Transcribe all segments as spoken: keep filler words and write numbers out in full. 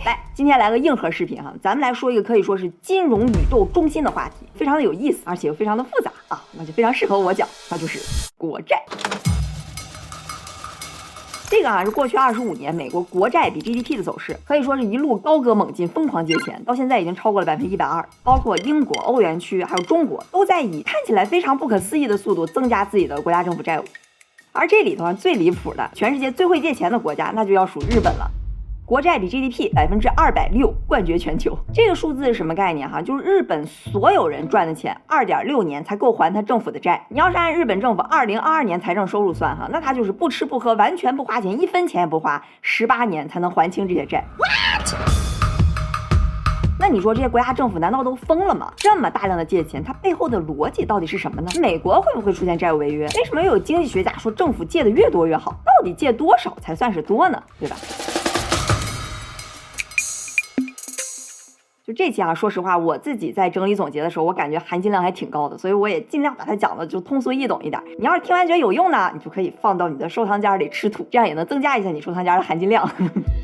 来，今天来个硬核视频哈，咱们来说一个可以说是金融宇宙中心的话题，非常的有意思，而且又非常的复杂啊，那就非常适合我讲，那就是国债。这个啊是过去二十五年美国国债比 G D P 的走势，可以说是一路高歌猛进，疯狂借钱，到现在已经超过了百分之一百二。包括英国、欧元区还有中国，都在以看起来非常不可思议的速度增加自己的国家政府债务。而这里头啊最离谱的，全世界最会借钱的国家，那就要数日本了。国债比 G D P 百分之二百六，冠绝全球。这个数字是什么概念哈？就是日本所有人赚的钱，二点六年才够还他政府的债。你要是按日本政府二零二二年财政收入算哈，那他就是不吃不喝，完全不花钱，一分钱也不花，十八年才能还清这些债。What？ 那你说这些国家政府难道都疯了吗？这么大量的借钱，它背后的逻辑到底是什么呢？美国会不会出现债务违约？为什么又有经济学家说政府借的越多越好？到底借多少才算是多呢？对吧？就这期啊，说实话，我自己在整理总结的时候，我感觉含金量还挺高的，所以我也尽量把它讲的就通俗易懂一点。你要是听完觉得有用呢，你就可以放到你的收藏夹里吃土，这样也能增加一下你收藏夹的含金量。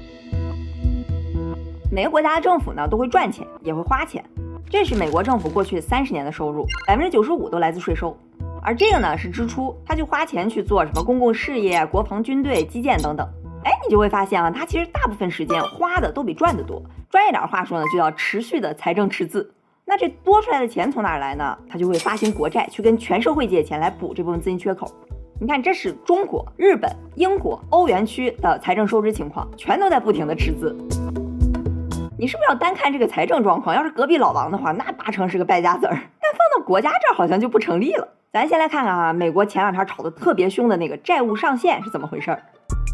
每个国家的政府呢都会赚钱，也会花钱，这是美国政府过去三十年的收入，百分之九十五都来自税收。而这个呢是支出，他就花钱去做什么公共事业、国防、军队、基建等等。哎，你就会发现啊，他其实大部分时间花的都比赚的多。专业点话说呢，就叫持续的财政赤字。那这多出来的钱从哪儿来呢？他就会发行国债，去跟全社会借钱来补这部分资金缺口。你看，这是中国、日本、英国、欧元区的财政收支情况，全都在不停的赤字。你是不是要单看这个财政状况？要是隔壁老王的话，那八成是个败家子儿。但放到国家这儿好像就不成立了。咱先来看看啊，美国前两天炒得特别凶的那个债务上限是怎么回事儿？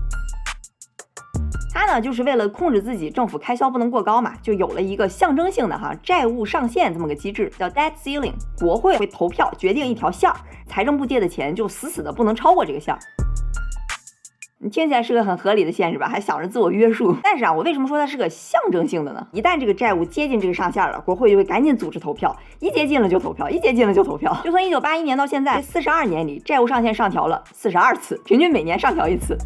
他呢，就是为了控制自己政府开销不能过高嘛，就有了一个象征性的哈债务上限这么个机制，叫 debt ceiling。国会会投票决定一条线儿，财政部借的钱就死死的不能超过这个线儿。你听起来是个很合理的线是吧？还想着自我约束。但是啊，我为什么说它是个象征性的呢？一旦这个债务接近这个上限了，国会就会赶紧组织投票，一接近了就投票，一接近了就投票。就从一九八一年到现在，四十二年里，债务上限上调了四十二次，平均每年上调一次。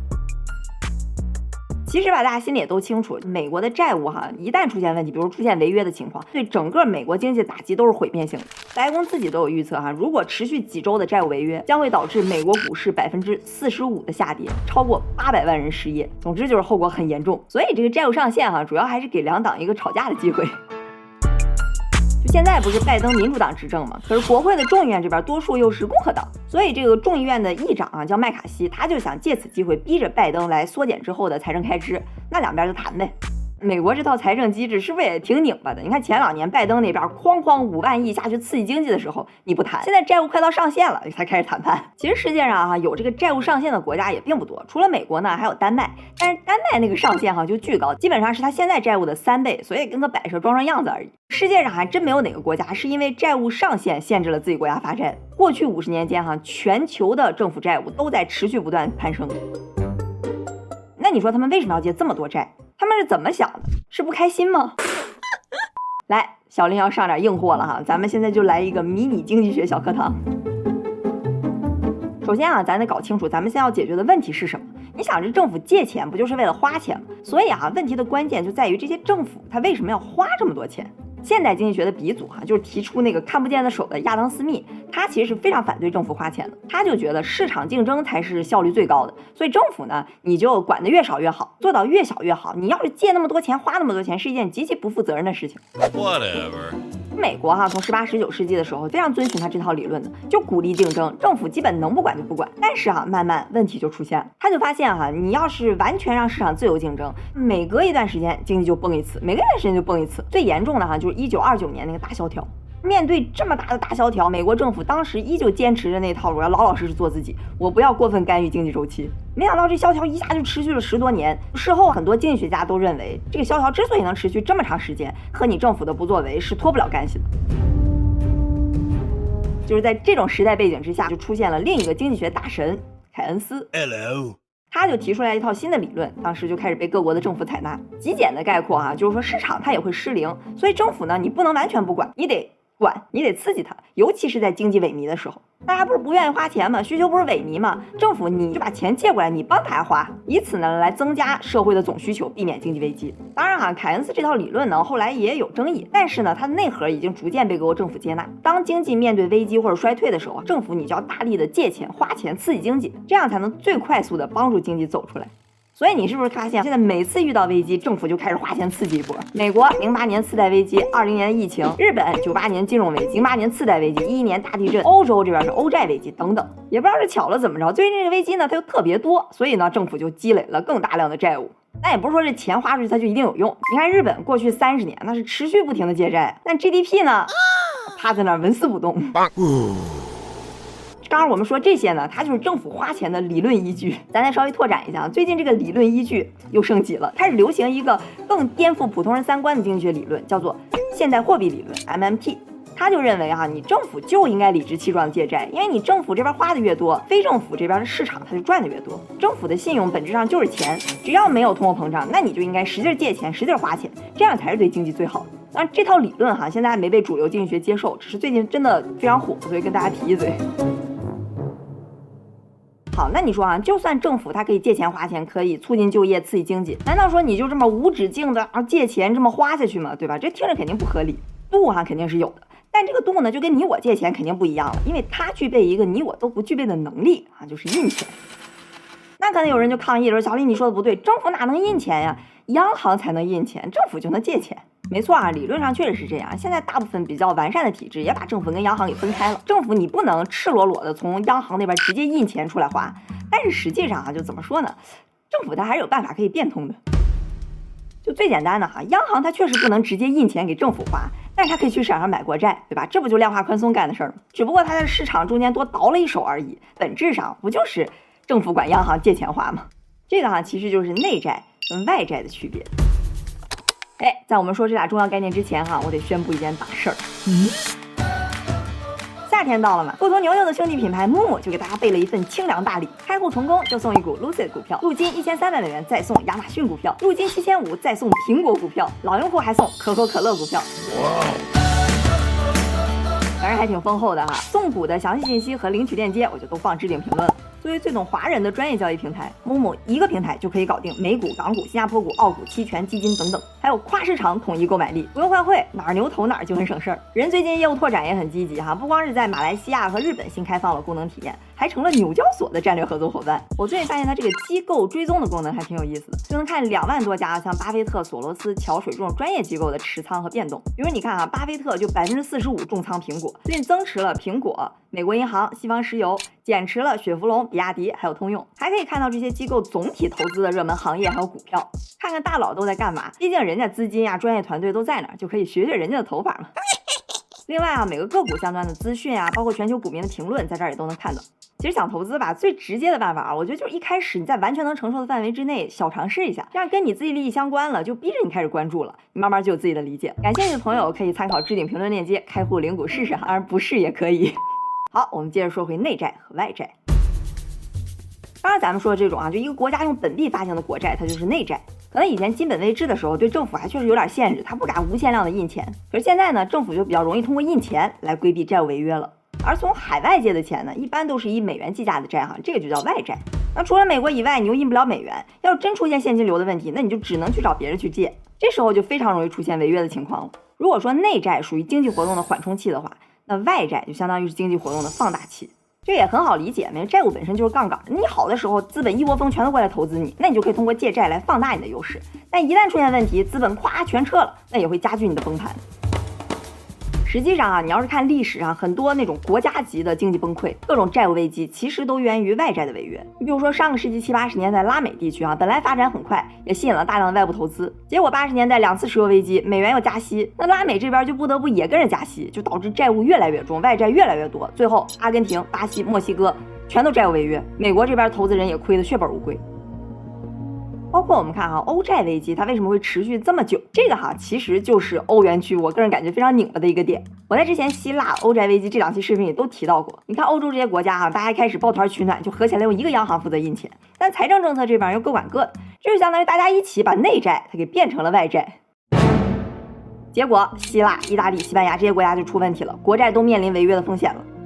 其实吧，大家心里也都清楚，美国的债务哈，一旦出现问题，比如出现违约的情况，对整个美国经济的打击都是毁灭性的。白宫自己都有预测哈，如果持续几周的债务违约，将会导致美国股市百分之四十五的下跌，超过八百万人失业。总之就是后果很严重。所以这个债务上限哈，主要还是给两党一个吵架的机会。就现在不是拜登民主党执政嘛，可是国会的众议院这边多数又是共和党，所以这个众议院的议长啊叫麦卡锡，他就想借此机会逼着拜登来缩减之后的财政开支，那两边就谈呗。美国这套财政机制是不是也挺拧巴的？你看前两年拜登那边哐哐五万亿下去刺激经济的时候你不谈，现在债务快到上限了才开始谈判。其实世界上啊有这个债务上限的国家也并不多，除了美国呢还有丹麦，但是丹麦那个上限哈就巨高，基本上是他现在债务的三倍，所以跟个摆设装装样子而已。世界上还真没有哪个国家是因为债务上限限制了自己国家发展。过去五十年间哈，全球的政府债务都在持续不断攀升。那你说他们为什么要借这么多债？他们是怎么想的？是不开心吗？来，小林要上点硬货了哈，咱们现在就来一个迷你经济学小课堂。首先啊，咱得搞清楚咱们现在要解决的问题是什么。你想，这政府借钱不就是为了花钱吗？所以啊，问题的关键就在于这些政府他为什么要花这么多钱？现代经济学的鼻祖哈、啊，就是提出那个看不见的手的亚当斯密，他其实是非常反对政府花钱的，他就觉得市场竞争才是效率最高的，所以政府呢，你就管得越少越好，做到越小越好。你要是借那么多钱，花那么多钱，是一件极其不负责任的事情。 Whatever。 美国哈、啊，从十八、十九世纪的时候非常遵循他这套理论的，就鼓励竞争，政府基本能不管就不管。但是哈、啊，慢慢问题就出现了，他就发现哈、啊，你要是完全让市场自由竞争，每隔一段时间经济就崩一次，每隔一段时间就崩一次。最严重的哈、啊，就是一九二九年那个大萧条。面对这么大的大萧条，美国政府当时依旧坚持着那套路，要老老实实做自己，我不要过分干预经济周期。没想到这萧条一下就持续了十多年。事后很多经济学家都认为，这个萧条之所以能持续这么长时间，和你政府的不作为是脱不了干系的。就是在这种时代背景之下，就出现了另一个经济学大神凯恩斯。 Hello。 他就提出来一套新的理论，当时就开始被各国的政府采纳。极简的概括啊，就是说市场它也会失灵，所以政府呢，你不能完全不管，你得管，你得刺激它，尤其是在经济萎靡的时候。 大家不是不愿意花钱吗？需求不是萎靡吗？政府你就把钱借过来，你帮他花，以此呢来增加社会的总需求，避免经济危机。当然哈，凯恩斯这套理论呢后来也有争议，但是呢它的内核已经逐渐被各国政府接纳。当经济面对危机或者衰退的时候，政府你就要大力的借钱花钱刺激经济，这样才能最快速的帮助经济走出来。所以你是不是发现，现在每次遇到危机，政府就开始花钱刺激一波？美国零八年次贷危机，二零年疫情，日本九八年金融危机，零八年次贷危机，一一年大地震，欧洲这边是欧债危机等等。也不知道是巧了怎么着，最近这个危机呢它又特别多，所以呢政府就积累了更大量的债务。但也不是说这钱花出去它就一定有用。你看日本过去三十年那是持续不停的借债，但 G D P 呢趴在那儿纹丝不动。当然我们说这些呢，它就是政府花钱的理论依据。咱再稍微拓展一下，最近这个理论依据又升级了，开始流行一个更颠覆普通人三观的经济学理论，叫做现代货币理论 M M T。他就认为哈、啊，你政府就应该理直气壮的借债，因为你政府这边花的越多，非政府这边的市场它就赚的越多。政府的信用本质上就是钱，只要没有通货膨胀，那你就应该使劲借钱，使劲花钱，这样才是对经济最好的。当然这套理论哈、啊，现在还没被主流经济学接受，只是最近真的非常火，所以跟大家提一嘴。好，那你说啊，就算政府它可以借钱花钱，可以促进就业、刺激经济，难道说你就这么无止境的啊借钱这么花下去吗？对吧？这听着肯定不合理。度哈、啊、肯定是有的，但这个度呢就跟你我借钱肯定不一样了，因为它具备一个你我都不具备的能力啊，就是印钱。那可能有人就抗议了，说小李你说的不对，政府哪能印钱呀？央行才能印钱，政府就能借钱。没错啊，理论上确实是这样。现在大部分比较完善的体制也把政府跟央行给分开了。政府你不能赤裸裸的从央行那边直接印钱出来花，但是实际上啊，就怎么说呢？政府它还是有办法可以变通的。就最简单的哈，央行它确实不能直接印钱给政府花，但是它可以去市场上买国债，对吧？这不就量化宽松干的事儿吗？只不过它在市场中间多倒了一手而已，本质上不就是政府管央行借钱花吗？这个哈其实就是内债跟外债的区别。哎，在我们说这俩重要概念之前哈，我得宣布一件大事儿。嗯，夏天到了嘛，不同牛牛的兄弟品牌木木就给大家备了一份清凉大礼，开户成功就送一股 Lucid 股票，入金一千三百美元再送亚马逊股票，入金七千五再送苹果股票，老用户还送可口可乐股票。哇，反正还挺丰厚的哈。送股的详细信息和领取链接我就都放置顶评论了。作为最懂华人的专业交易平台，某某一个平台就可以搞定美股、港股、新加坡股、澳股、期权、基金等等，还有跨市场统一购买力，不用换汇，哪儿牛投哪儿就很省事儿。人最近业务拓展也很积极哈，不光是在马来西亚和日本新开放了功能体验，还成了纽交所的战略合作伙伴。我最近发现它这个机构追踪的功能还挺有意思的，就能看两万多家像巴菲特、索罗斯、桥水这种专业机构的持仓和变动。比如你看啊，巴菲特就百分之四十五重仓苹果，最近增持了苹果、美国银行、西方石油，减持了雪佛龙、比亚迪还有通用。还可以看到这些机构总体投资的热门行业还有股票，看看大佬都在干嘛，毕竟人家资金啊、专业团队都在哪儿，就可以学学人家的头发嘛。另外啊，每个个股相关的资讯啊，包括全球股民的评论，在这儿也都能看到。其实想投资吧，最直接的办法啊，我觉得就是一开始你在完全能承受的范围之内小尝试一下，这样跟你自己利益相关了，就逼着你开始关注了，你慢慢就有自己的理解。感兴趣的朋友可以参考置顶评论链接，开户领股试试，当然不试也可以。好，我们接着说回内债和外债。当然咱们说的这种啊，就一个国家用本币发行的国债，它就是内债。可能以前金本位制的时候，对政府还确实有点限制，它不敢无限量的印钱。可是现在呢，政府就比较容易通过印钱来规避债务违约了。而从海外借的钱呢，一般都是以美元计价的债哈，这个就叫外债。那除了美国以外，你又印不了美元，要是真出现现金流的问题，那你就只能去找别人去借，这时候就非常容易出现违约的情况了。如果说内债属于经济活动的缓冲器的话，那外债就相当于是经济活动的放大器。这也很好理解，因为债务本身就是杠杆，你好的时候资本一窝蜂全都过来投资你，那你就可以通过借债来放大你的优势。但一旦出现问题，资本咵全撤了，那也会加剧你的崩盘。实际上啊，你要是看历史上很多那种国家级的经济崩溃，各种债务危机，其实都源于外债的违约。你比如说上个世纪七八十年代拉美地区啊，本来发展很快，也吸引了大量的外部投资，结果八十年代两次石油危机，美元又加息，那拉美这边就不得不也跟着加息，就导致债务越来越重，外债越来越多，最后阿根廷、巴西、墨西哥全都债务违约，美国这边投资人也亏得血本无归。包括我们看哈，欧债危机它为什么会持续这么久？这个哈其实就是欧元区我个人感觉非常拧巴的一个点。我在之前希腊、欧债危机这两期视频里都提到过。你看欧洲这些国家哈，大家开始抱团取暖，就合起来用一个央行负责印钱，但财政政策这边又各管各的，这就相当于大家一起把内债它给变成了外债。结果希腊、意大利、西班牙这些国家就出问题了，国债都面临违约的风险了。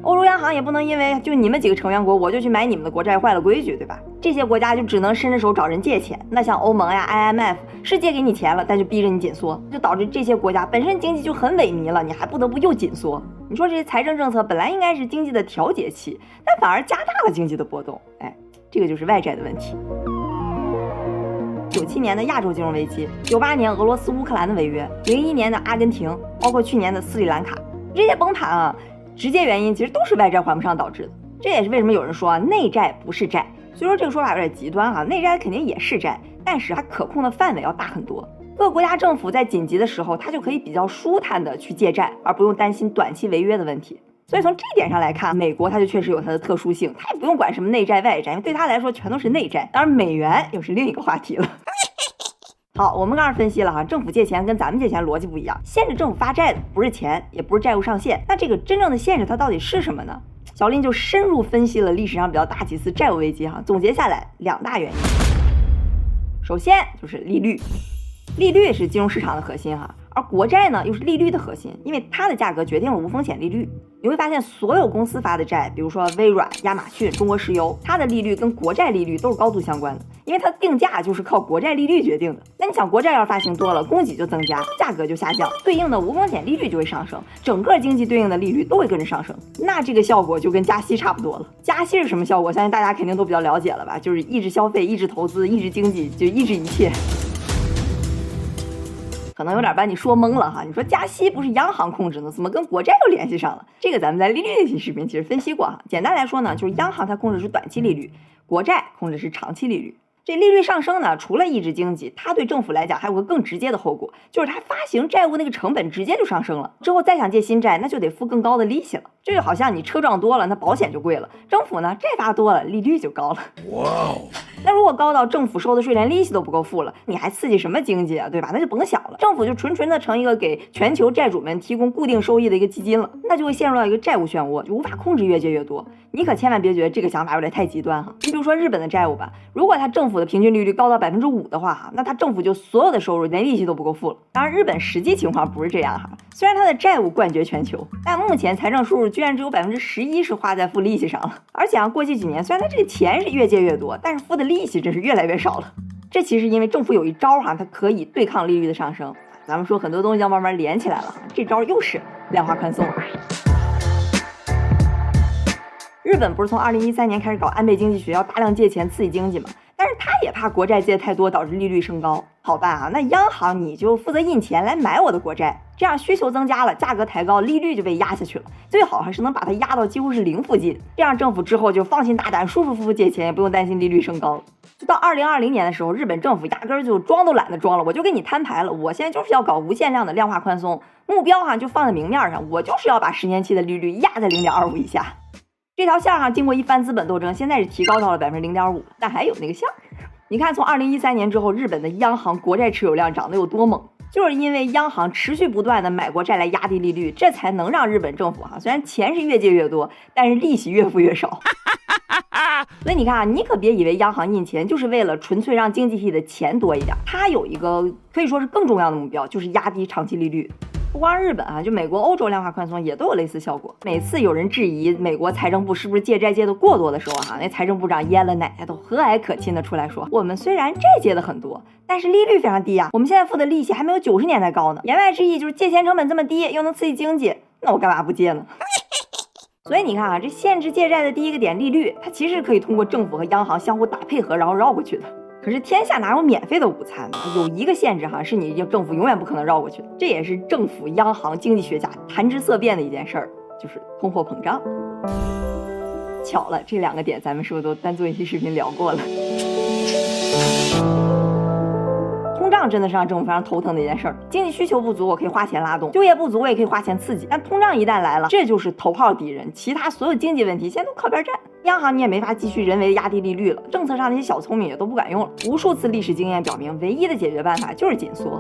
欧洲央行也不能因为就你们几个成员国我就去买你们的国债坏了规矩，对吧？这些国家就只能伸着手找人借钱。那像欧盟呀、I M F 是借给你钱了，但就逼着你紧缩，就导致这些国家本身经济就很萎靡了，你还不得不又紧缩。你说这些财政政策本来应该是经济的调节器，但反而加大了经济的波动。哎，这个就是外债的问题。九七年的亚洲金融危机，九八年俄罗斯乌克兰的违约，零一年的阿根廷，包括去年的斯里兰卡，这些崩盘啊，直接原因其实都是外债还不上导致的。这也是为什么有人说啊，内债不是债。虽说这个说法有点极端哈、啊，内债肯定也是债，但是它可控的范围要大很多。各个国家政府在紧急的时候，它就可以比较舒坦的去借债，而不用担心短期违约的问题。所以从这一点上来看，美国它就确实有它的特殊性，它也不用管什么内债外债，因为对它来说全都是内债。当然美元又是另一个话题了。好，我们刚才分析了哈，政府借钱跟咱们借钱逻辑不一样，限制政府发债的不是钱，也不是债务上限，那这个真正的限制它到底是什么呢？小林就深入分析了历史上比较大几次债务危机哈，总结下来两大原因。首先就是利率，利率是金融市场的核心哈，而国债呢又是利率的核心，因为它的价格决定了无风险利率。你会发现所有公司发的债，比如说微软、亚马逊、中国石油，它的利率跟国债利率都是高度相关的，因为它的定价就是靠国债利率决定的。那你想，国债要是发行多了，供给就增加，价格就下降，对应的无风险利率就会上升，整个经济对应的利率都会跟着上升。那这个效果就跟加息差不多了。加息是什么效果？相信大家肯定都比较了解了吧，就是抑制消费、抑制投资、抑制经济，就抑制一切。可能有点把你说懵了哈，你说加息不是央行控制的，怎么跟国债又联系上了？这个咱们在利率那期视频其实分析过哈。简单来说呢，就是央行它控制是短期利率，国债控制是长期利率。这利率上升呢，除了抑制经济，它对政府来讲还有个更直接的后果，就是它发行债务那个成本直接就上升了，之后再想借新债，那就得付更高的利息了。这就好像你车撞多了，那保险就贵了，政府呢债发多了，利率就高了。哇！那如果高到政府收的税连利息都不够付了，你还刺激什么经济啊，对吧？那就甭想了，政府就纯纯的成一个给全球债主们提供固定收益的一个基金了，那就会陷入到一个债务漩涡，就无法控制，越借越多。你可千万别觉得这个想法有点太极端哈。你比如说日本的债务吧，如果它政府的平均利率高到百分之五的话哈，那它政府就所有的收入连利息都不够付了。当然，日本实际情况不是这样哈，虽然它的债务冠绝全球，但目前财政收入居然只有百分之十一是花在付利息上了。而且啊，过去几年虽然它这个钱是越借越多，但是付的利息真是越来越少了。这其实因为政府有一招哈，它可以对抗利率的上升。咱们说很多东西要慢慢连起来了，这招又是量化宽松。日本不是从二零一三年开始搞安倍经济学，要大量借钱刺激经济嘛？但是他也怕国债借太多导致利率升高。好办啊，那央行你就负责印钱来买我的国债，这样需求增加了，价格抬高，利率就被压下去了。最好还是能把它压到几乎是零附近，这样政府之后就放心大胆舒舒服服借钱，也不用担心利率升高。就到二零二零年的时候，日本政府压根儿就装都懒得装了，我就跟你摊牌了，我现在就是要搞无限量的量化宽松，目标哈就放在明面上，我就是要把十年期的利率压在零点二五以下。这条线上经过一番资本斗争，现在是提高到了百分之零点五，但还有那个线。你看，从二零一三年之后，日本的央行国债持有量涨得有多猛，就是因为央行持续不断的买国债来压低利率，这才能让日本政府哈，虽然钱是越借越多，但是利息越付越少。所以你看啊，你可别以为央行印钱就是为了纯粹让经济体的钱多一点，它有一个可以说是更重要的目标，就是压低长期利率。不光日本啊，就美国、欧洲量化宽松也都有类似效果。每次有人质疑美国财政部是不是借债借的过多的时候啊，那财政部长耶伦奶奶都和蔼可亲的出来说，我们虽然债借的很多，但是利率非常低啊，我们现在付的利息还没有九十年代高呢。言外之意就是借钱成本这么低，又能刺激经济，那我干嘛不借呢？所以你看啊，这限制借债的第一个点利率，它其实可以通过政府和央行相互打配合，然后绕过去的。可是天下哪有免费的午餐呢？有一个限制哈，是你政府永远不可能绕过去的，这也是政府、央行、经济学家谈之色变的一件事儿，就是通货膨胀。巧了，这两个点咱们是不是都单做一期视频聊过了？通胀真的是让政府非常头疼的一件事儿。经济需求不足，我可以花钱拉动；就业不足，我也可以花钱刺激。但通胀一旦来了，这就是头号敌人，其他所有经济问题现在都靠边站。央行你也没法继续人为压低利率了，政策上那些小聪明也都不管用了。无数次历史经验表明，唯一的解决办法就是紧缩。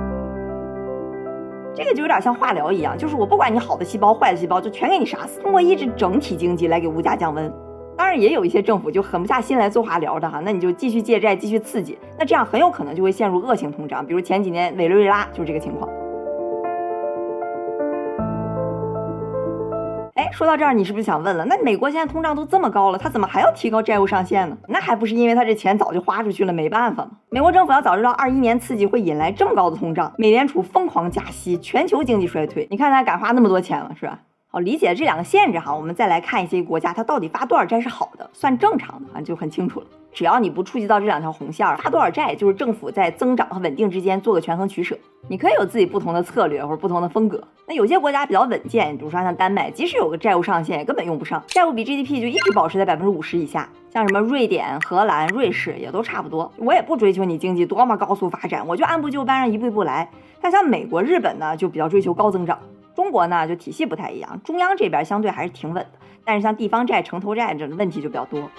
这个就有点像化疗一样，就是我不管你好的细胞、坏的细胞，就全给你杀死，通过抑制整体经济来给物价降温。当然也有一些政府就狠不下心来做化疗的哈，那你就继续借债，继续刺激，那这样很有可能就会陷入恶性通胀，比如前几年委内瑞拉就是这个情况。哎， 说到这儿，你是不是想问了，那美国现在通胀都这么高了，他怎么还要提高债务上限呢？那还不是因为他这钱早就花出去了，没办法嘛。美国政府要早知道二一年刺激会引来这么高的通胀，美联储疯狂加息，全球经济衰退，你看他敢花那么多钱了，是吧？好，理解这两个限制哈，我们再来看一些国家它到底发多少债是好的，算正常的啊，就很清楚了。只要你不触及到这两条红线，发多少债就是政府在增长和稳定之间做个权衡取舍。你可以有自己不同的策略或者不同的风格。那有些国家比较稳健，比如说像丹麦，即使有个债务上限，也根本用不上，债务比 G D P 就一直保持在百分之五十以下。像什么瑞典、荷兰、瑞士也都差不多。我也不追求你经济多么高速发展，我就按部就班让一步一步来。但像美国、日本呢，就比较追求高增长。中国呢就体系不太一样，中央这边相对还是挺稳的，但是像地方债、城投债这种问题就比较多。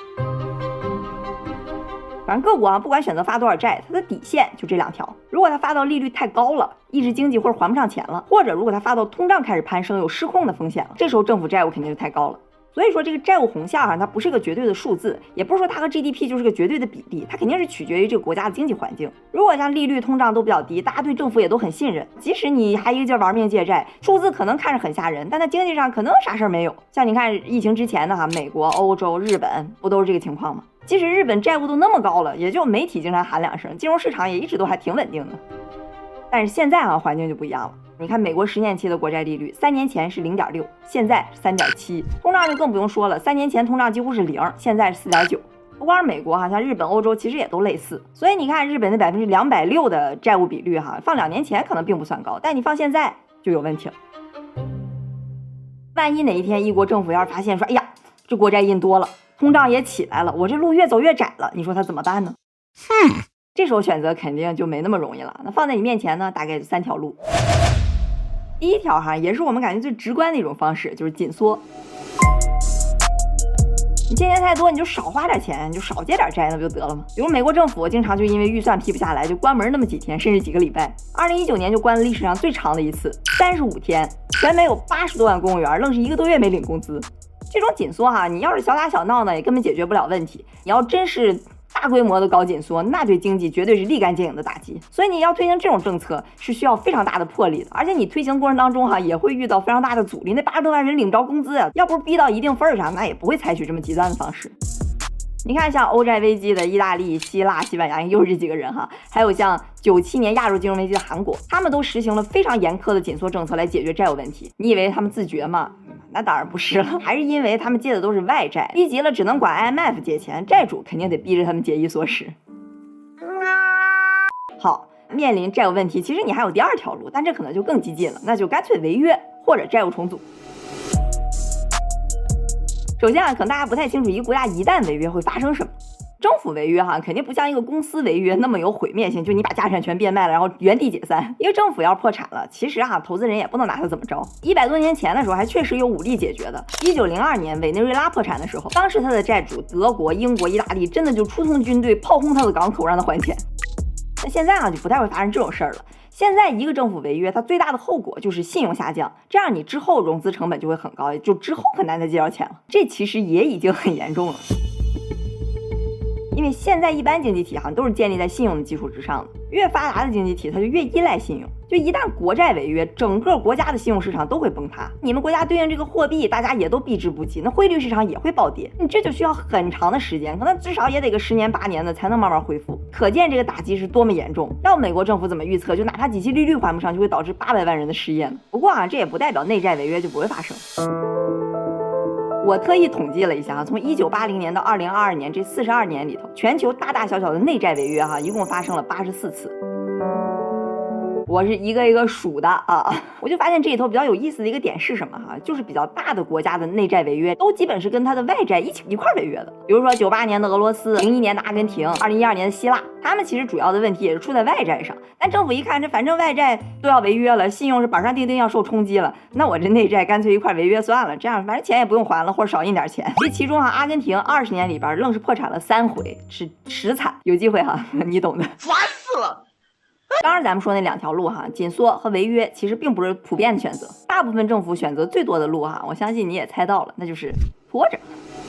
反正各国啊，不管选择发多少债，它的底线就这两条。如果它发到利率太高了，抑制经济或者还不上钱了，或者如果它发到通胀开始攀升，有失控的风险了，这时候政府债务肯定就太高了。所以说这个债务红线啊，它不是个绝对的数字，也不是说它和 G D P 就是个绝对的比例，它肯定是取决于这个国家的经济环境。如果像利率、通胀都比较低，大家对政府也都很信任，即使你还一个劲儿玩命借债，数字可能看着很吓人，但它经济上可能啥事儿没有。像你看疫情之前的哈，美国、欧洲、日本不都是这个情况吗？即使日本债务都那么高了，也就媒体经常喊两声，金融市场也一直都还挺稳定的。但是现在啊，环境就不一样了。你看美国十年期的国债利率，三年前是零点六，现在是三点七，通胀就更不用说了，三年前通胀几乎是零，现在是四点九。不光是美国哈，像日本、欧洲其实也都类似。所以你看日本的百分之两百六的债务比率哈，放两年前可能并不算高，但你放现在就有问题了。万一哪一天一国政府要是发现说，哎呀，这国债印多了，通胀也起来了，我这路越走越窄了，你说他怎么办呢？嗯，这时候选择肯定就没那么容易了。那放在你面前呢，大概就三条路。第一条哈，也是我们感觉最直观的一种方式，就是紧缩。你借钱太多，你就少花点钱，你就少借点债，那不就得了吗？比如美国政府经常就因为预算批不下来，就关门那么几天，甚至几个礼拜。二零一九年就关了历史上最长的一次，三十五天，全美有八十多万公务员，愣是一个多月没领工资。这种紧缩哈，你要是小打小闹呢，也根本解决不了问题。你要真是大规模的搞紧缩，那对经济绝对是立竿见影的打击。所以你要推行这种政策是需要非常大的魄力的，而且你推行过程当中哈，也会遇到非常大的阻力。那八十多万人领不着工资啊，要不是逼到一定份上，那也不会采取这么极端的方式。你看像欧债危机的意大利、希腊、西班牙，又是这几个人哈，还有像九七年亚洲金融危机的韩国，他们都实行了非常严苛的紧缩政策来解决债务问题。你以为他们自觉吗？那当然不是了，还是因为他们借的都是外债，逼急了只能管 I M F 借钱，债主肯定得逼着他们节衣缩食。好，面临债务问题，其实你还有第二条路，但这可能就更激进了，那就干脆违约或者债务重组。首先啊，可能大家不太清楚一个国家一旦违约会发生什么。政府违约哈，肯定不像一个公司违约那么有毁灭性，就你把家产全变卖了，然后原地解散。一个政府要破产了，其实哈，投资人也不能拿它怎么着。一百多年前的时候，还确实有武力解决的。一九零二年委内瑞拉破产的时候，当时他的债主德国、英国、意大利真的就出动军队炮轰他的港口，让他还钱。那现在啊，就不太会发生这种事儿了。现在一个政府违约，它最大的后果就是信用下降，这样你之后融资成本就会很高，就之后很难再借着钱了。这其实也已经很严重了。因为现在一般经济体哈都是建立在信用的基础之上的，越发达的经济体它就越依赖信用，就一旦国债违约，整个国家的信用市场都会崩塌，你们国家对应这个货币大家也都避之不及，那汇率市场也会暴跌，你这就需要很长的时间，可能至少也得个十年八年的才能慢慢恢复，可见这个打击是多么严重。要美国政府怎么预测，就哪怕几期利率还不上，就会导致八百万人的失业呢？不过啊，这也不代表内债违约就不会发生。我特意统计了一下哈，从一九八零年到二零二二年这四十二年里头，全球大大小小的内债违约哈，一共发生了八十四次。我是一个一个数的啊，我就发现这里头比较有意思的一个点是什么哈，就是比较大的国家的内债违约都基本是跟它的外债一起一块违约的。比如说九八年的俄罗斯，零一年的阿根廷，二零一二年的希腊，他们其实主要的问题也是出在外债上。但政府一看这反正外债都要违约了，信用是板上钉钉要受冲击了，那我这内债干脆一块违约算了，这样反正钱也不用还了，或者少印点钱。这其中哈，阿根廷二十年里边愣是破产了三回，是实惨。有机会哈，你懂的。 烦死了。 当然咱们说那两条路哈，紧缩和违约其实并不是普遍的选择，大部分政府选择最多的路哈，我相信你也猜到了，那就是拖着。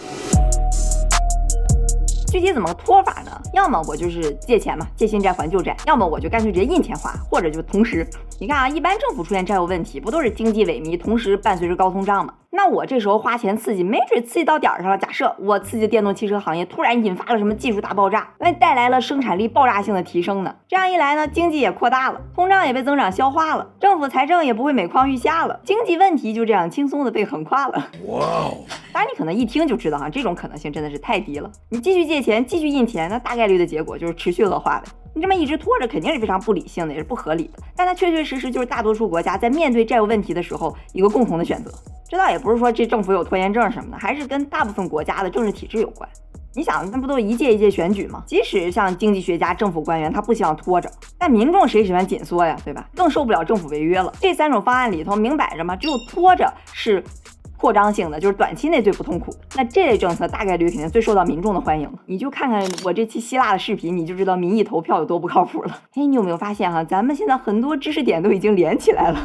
具体怎么拖法呢？要么我就是借钱嘛，借新债还旧债，要么我就干脆直接印钱花，或者就同时。你看啊，一般政府出现债务问题，不都是经济萎靡，同时伴随着高通胀吗？ 那我这时候花钱刺激，没准刺激到点儿上了。假设我刺激电动汽车行业突然引发了什么技术大爆炸，那带来了生产力爆炸性的提升呢？这样一来呢，经济也扩大了，通胀也被增长消化了，政府财政也不会每况愈下了，经济问题就这样轻松的被横跨了。哇哦！当然你可能一听就知道哈，这种可能性真的是太低了。你继续借钱，继续印钱，那大概率的结果就是持续恶化的。你这么一直拖着，肯定是非常不理性的，也是不合理的。但它确确实实就是大多数国家在面对债务问题的时候一个共同的选择。这倒也不是说这政府有拖延症什么的，还是跟大部分国家的政治体制有关。你想，那不都一届一届选举吗？即使像经济学家、政府官员，他不希望拖着，但民众谁喜欢紧缩呀，对吧？更受不了政府违约了。这三种方案里头，明摆着嘛，只有拖着是扩张性的，就是短期内最不痛苦的。那这类政策大概率肯定最受到民众的欢迎。你就看看我这期希腊的视频，你就知道民意投票有多不靠谱了。哎，你有没有发现哈，咱们现在很多知识点都已经连起来了。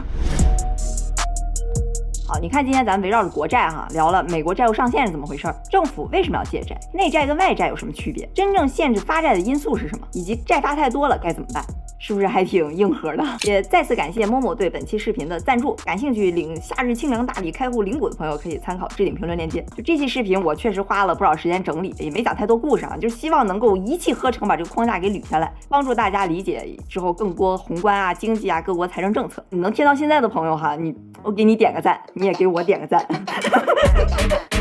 好，你看今天咱们围绕着国债哈聊了美国债务上限是怎么回事，政府为什么要借债，内债跟外债有什么区别，真正限制发债的因素是什么，以及债发太多了该怎么办，是不是还挺硬核的？也再次感谢某某对本期视频的赞助，感兴趣领夏日清凉大礼开户领股的朋友可以参考置顶评论链接。就这期视频我确实花了不少时间整理，也没讲太多故事啊，就希望能够一气呵成把这个框架给捋下来，帮助大家理解之后更多宏观啊、经济啊、各国财政政策。你能听到现在的朋友哈，你我给你点个赞，你也给我点个赞。